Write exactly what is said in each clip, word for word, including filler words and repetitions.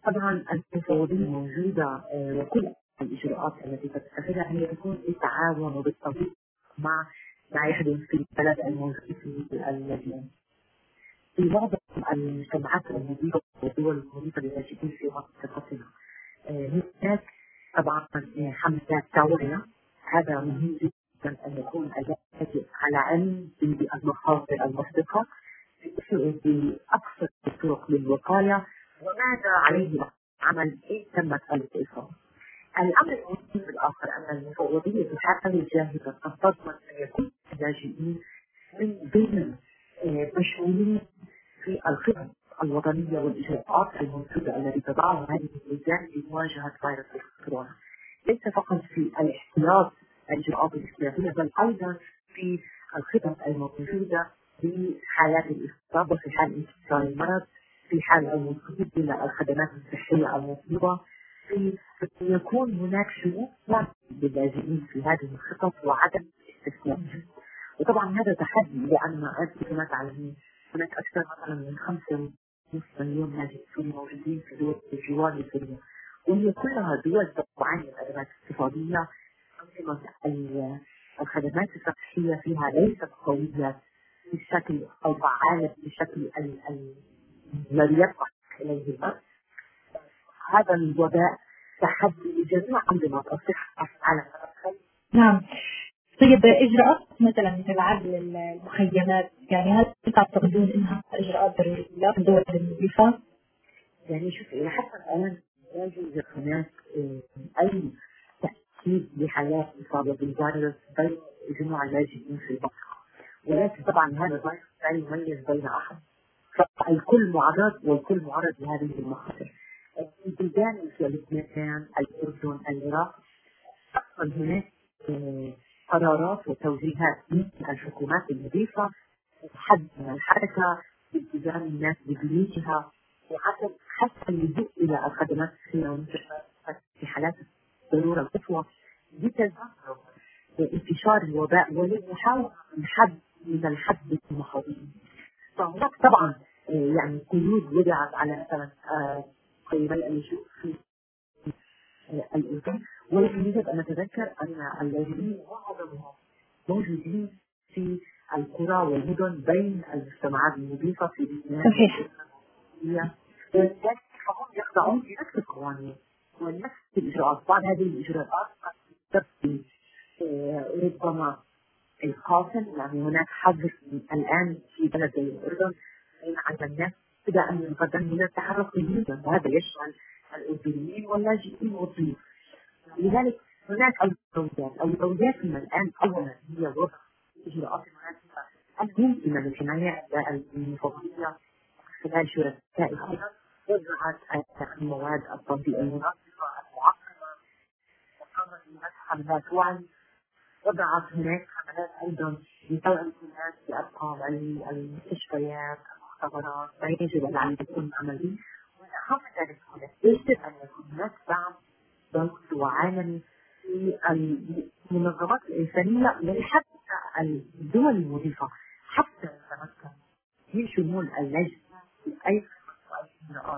طبعا المفوضية موجودة، آه، وكل الإجراءات التي تتخذها هي تكون بالتعاون وبالتنسيق مع ما يحدث في البلد الموجود في الذي في معظم المجتمعات المضيفة والدول المضيفة للاجئين في منطقتنا. آه، هناك طبعا حملات توعية. هذا مهم جدا أن يكون اللاجئ على علم بالمخاطر المسبقة بأبسط الطرق للوقاية وماذا عليه العمل إن تمت الإصابة. الأمر المهم الآخر أن المفوضية تحاول جاهزة أن تضمن أن يكون اللاجئين من ضمن آه، مشمولين في الخطط الوطنية والإجراءات الموجودة التي تضعها هذه اللجان لمواجهة فيروس الكورونا، ليس فقط في الاحتياط الإجراءات الاحتياطية بل أيضا في الخطط الموجودة في حالات الإصابة، في حال انتشار المرض، في حال الوصول إلى الخدمات الصحية المطلوبة، في أن يكون هناك شروط للاجئين في هذه الخطط وعدم استثنائهم. وطبعا هذا تحدي لأن أنت كما تعلمين هناك أكثر مثلا من خمسة ونصف مليون لاجئ سوري موجودين في دول الجوار لسوريا، وهي كلها دول تعاني من أزمات اقتصادية. أنظمة ال- الخدمات الصحية فيها ليست قوية بالشكل أو فعالة بالشكل ال- ال- الذي يطمح إليه البلد. هذا الوباء تحدي لجميع أنظمة الصحة في العالم. نعم. طيب إجراءات مثلا مثل عزل المخيمات، يعني هل تعتقدون إنها إجراءات ضرورية في الدول المضيفة؟ يعني شوف إلى حتى الآن لا يوجد هناك آه، أي تأكيد لحالات إصابة بالفيروس بين جموع اللاجئين في المنطقة، ولكن طبعا هذا الفيروس لا يميز بين أحد، فالكل معرض والكل معرض لهذه المخاطر. البلدان مثل لبنان، الأردن، العراق، أصلا هناك آه، قرارات وتوجيهات من الحكومات المضيفة حد من الحركة بالتزام الناس ببيوتها وعدم حتى اللجوء إلى الخدمات الصحية والمستشفيات في حالات الضرورة القصوى لتجنب انتشار الوباء وللمحاولة من حد من الحد المخاطرين. فهناك طبعا آه، يعني قيود وضعت على مثلا قيمي اللجوء في آه، الإنسان، ولكن يجب أن نتذكر أن اللاجئين معظمهم موجودين في القرى والمدن بين المجتمعات المضيفة في لبنان. صحيح. ولذلك فهم يخضعون لنفس القوانين ونفس الإجراءات. بعض هذه الإجراءات قد تبقي آه، ربما القاسم، يعني هناك حظر الآن في بلد زي الأردن عند الناس ابتداء من الغد من التحرك بالمدن، وهذا يشمل الأردنيين واللاجئين والضيوف. لذلك هناك أولويات. أولوياتنا الآن أولا هي وضع إجراءات مناسبة الممكنة للحماية المفوضية خلال شركائها. وضعت المواد التطبيق المناسبة المعقمة وقامت بنفس حملات وعي. وضعت هناك حملات أيضا لتوعية الناس بأرقام المستشفيات، المختبرات، ما يجب أن يكون عملي. وأهم ذلك يجب أن يكون هناك دعم دولي وعالمي في المنظمات الإنسانية وحتى الدول المضيفة حتى تتمكن من شمول اللاجئين في أي إجراءات.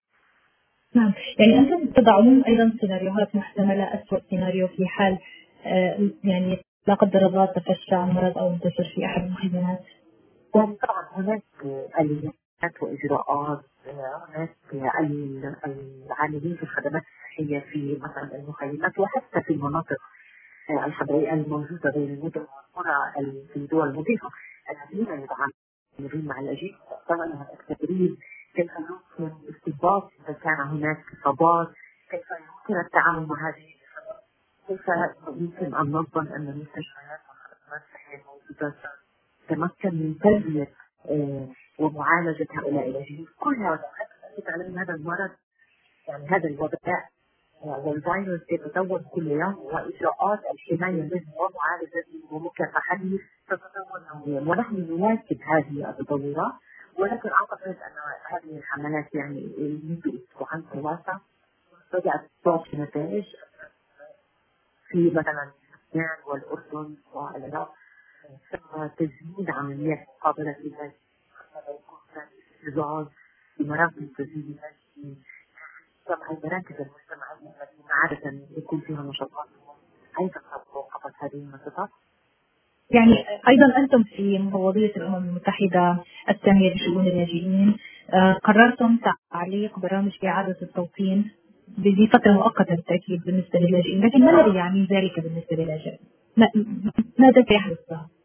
نعم، يعني أنتم تضعون أيضا سيناريوهات محتملة، أسوأ سيناريو في حال آه يعني لا قدر الله تفشى المرض أو انتشر في أحد المخيمات. يعني طبعا هناك آليات وإجراءات، هناك العاملين في الخدمات الصحية في مثلا المخيمات وحتى في المناطق الحضرية الموجودة بين المدن والقرى في الدول المضيفة الذين يتعاملون مع اللاجئين. طبعا التدريب كيف يمكن استنباط إذا كان هناك إصابات، كيف يمكن التعامل مع هذه، كيف يمكن أن نضمن أن المستشفيات والخدمات الصحية الموجودة تمكن من تلبية آه ومعالجة هؤلاء اللاجئين. كل هذا تعلم هذا المرض، يعني هذا الوباء والفيروس يتطور كل يوم، وإجراءات الحماية منه ومعالجته ومكافحته تتطور يوميا، ونحن نواكب هذه التطورات. ولكن أعتقد أن هذه الحملات يعني منذ أسبوعين ثلاثة بدأت تعطي نتائج في مثلا لبنان والأردن والعراق. ثم تزيين عمليات مقابلة اللاجئين، هذا يكون استئذان في مراكز تزيين اللاجئين المراكز المجتمعية التي عادة يكون فيها نشاطات أيضا توقفت هذه النشاطات. يعني أيضا أنتم في مفوضية الأمم المتحدة السامية لشؤون اللاجئين قررتم تعليق برامج إعادة التوطين بفترة مؤقتة بالتأكيد بالنسبة للاجئين، لكن ما الذي يعني ذلك بالنسبة للاجئين؟ ماذا سيحدث؟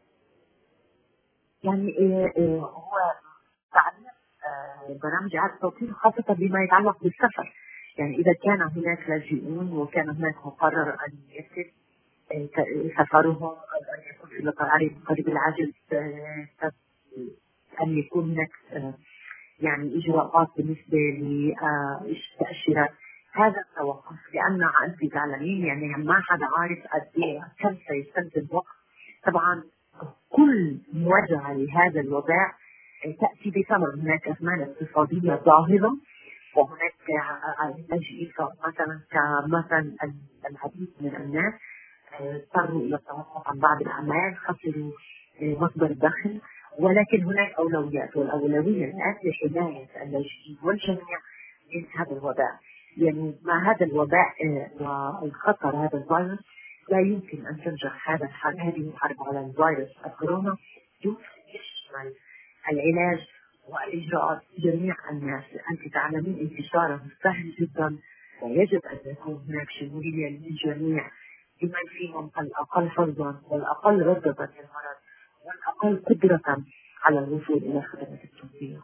يعني هو تعليق برامج إعادة التوطين خاصة بما يتعلق بالسفر. يعني إذا كان هناك لاجئون وكان هناك مقرر أن يتم سفرهم أو أن يكون في القرار قريب العاجل أن يكون هناك يعني إجراءات بالنسبة للتأشيرات، هذا التوقف، لأن أنت تعلمين يعني ما حدا عارف قد إيه كم سيستلزم وقت. طبعا كل مواجهة لهذا الوباء تأتي بثمن، هناك أزمات اقتصادية ظاهرة، وهناك لاجئين مثلا كمثلا العديد من الناس اضطروا الى التوقف عن بعض الاعمال، خسروا مصدر دخل، ولكن هناك اولويات، والاولويه الان لحمايه اللاجئين والجميع من هذا الوباء. يعني مع هذا الوباء والخطر هذا الفيروس لا يمكن ان تنجح هذا الحرب، هذه الحرب على الفيروس الكورونا يمكن يشمل العلاج والاجراءات جميع الناس. انت تعلمين انتشاره سهل جدا، ويجب ان يكون هناك شموليه للجميع بمن فيهم الأقل حظا والأقل رغبة للمرض والأقل قدرة على الوصول إلى الخدمات الطبية.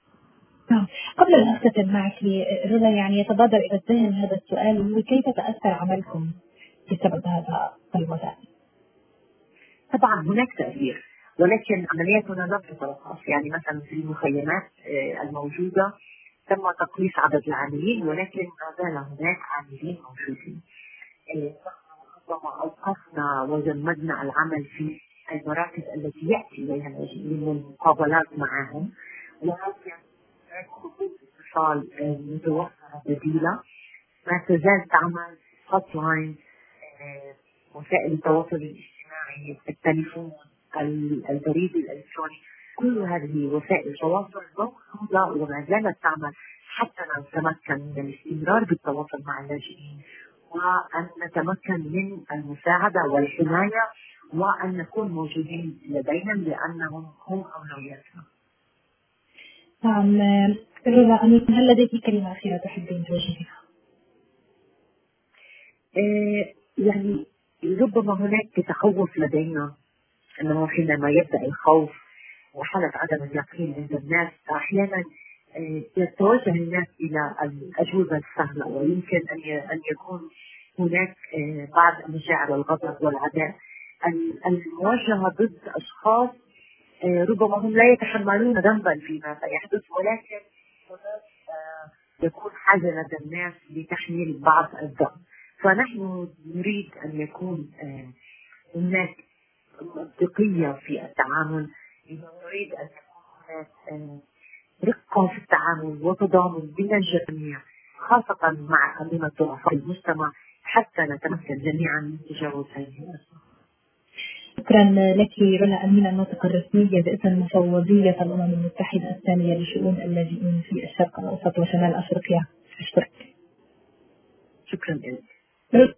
قبل أن أختتم معك رضا، يعني يتبادر إلى الذهن هذا السؤال: كيف تأثر عملكم بسبب هذا الوباء؟ طبعا هناك تأثير، ولكن عملياتنا لم تتوقف. يعني مثلا في المخيمات الموجودة تم تقليص عدد العاملين، ولكن ما زال هناك عاملين موجودين. ربما أوقفنا وجمدنا العمل في المراكز التي يأتي إليها اللاجئين والمقابلات معهم، ولكن خطوط اتصال متوفرة بديلة، ما تزال تعمل هوت لاين، وسائل التواصل الاجتماعي، التليفون، البريد الإلكتروني، كل هذه وسائل التواصل موجودة وما زالت تعمل حتى نتمكن من الاستمرار بالتواصل مع اللاجئين، وأن نتمكن من المساعدة والحماية، وأن نكون موجودين لديهم لأنهم هم أولوياتنا. نعم رضا أمين، هل لديك كلمة أخيرة تحبين توجهها؟ إيه يعني ربما هناك تخوف لدينا، أنه حينما يبدأ الخوف وحالة عدم اليقين عند الناس أحيانا يتوجه الناس إلى الأجوبة السهلة، ويمكن أن يكون هناك بعض مشاعر الغضب والعداء الموجهة ضد أشخاص ربما هم لا يتحملون ذنبا فيما سيحدث، ولكن يكون حاجة لدى الناس لتحميل بعض الذنب. فنحن نريد أن يكون هناك منطقية في التعامل، نريد أن يكون هناك رقة في التعامل وتضامن بين الجميع، خاصة مع أنظمة ضعفاء المجتمع، حتى نتمكن جميعا من تجاوز هذه الأزمة. شكرا لك رنا أمين، الناطقة الرسمية باسم مفوضية الأمم المتحدة السامية لشؤون اللاجئين في الشرق الأوسط وشمال أفريقيا. أشكرك. شكرا لك.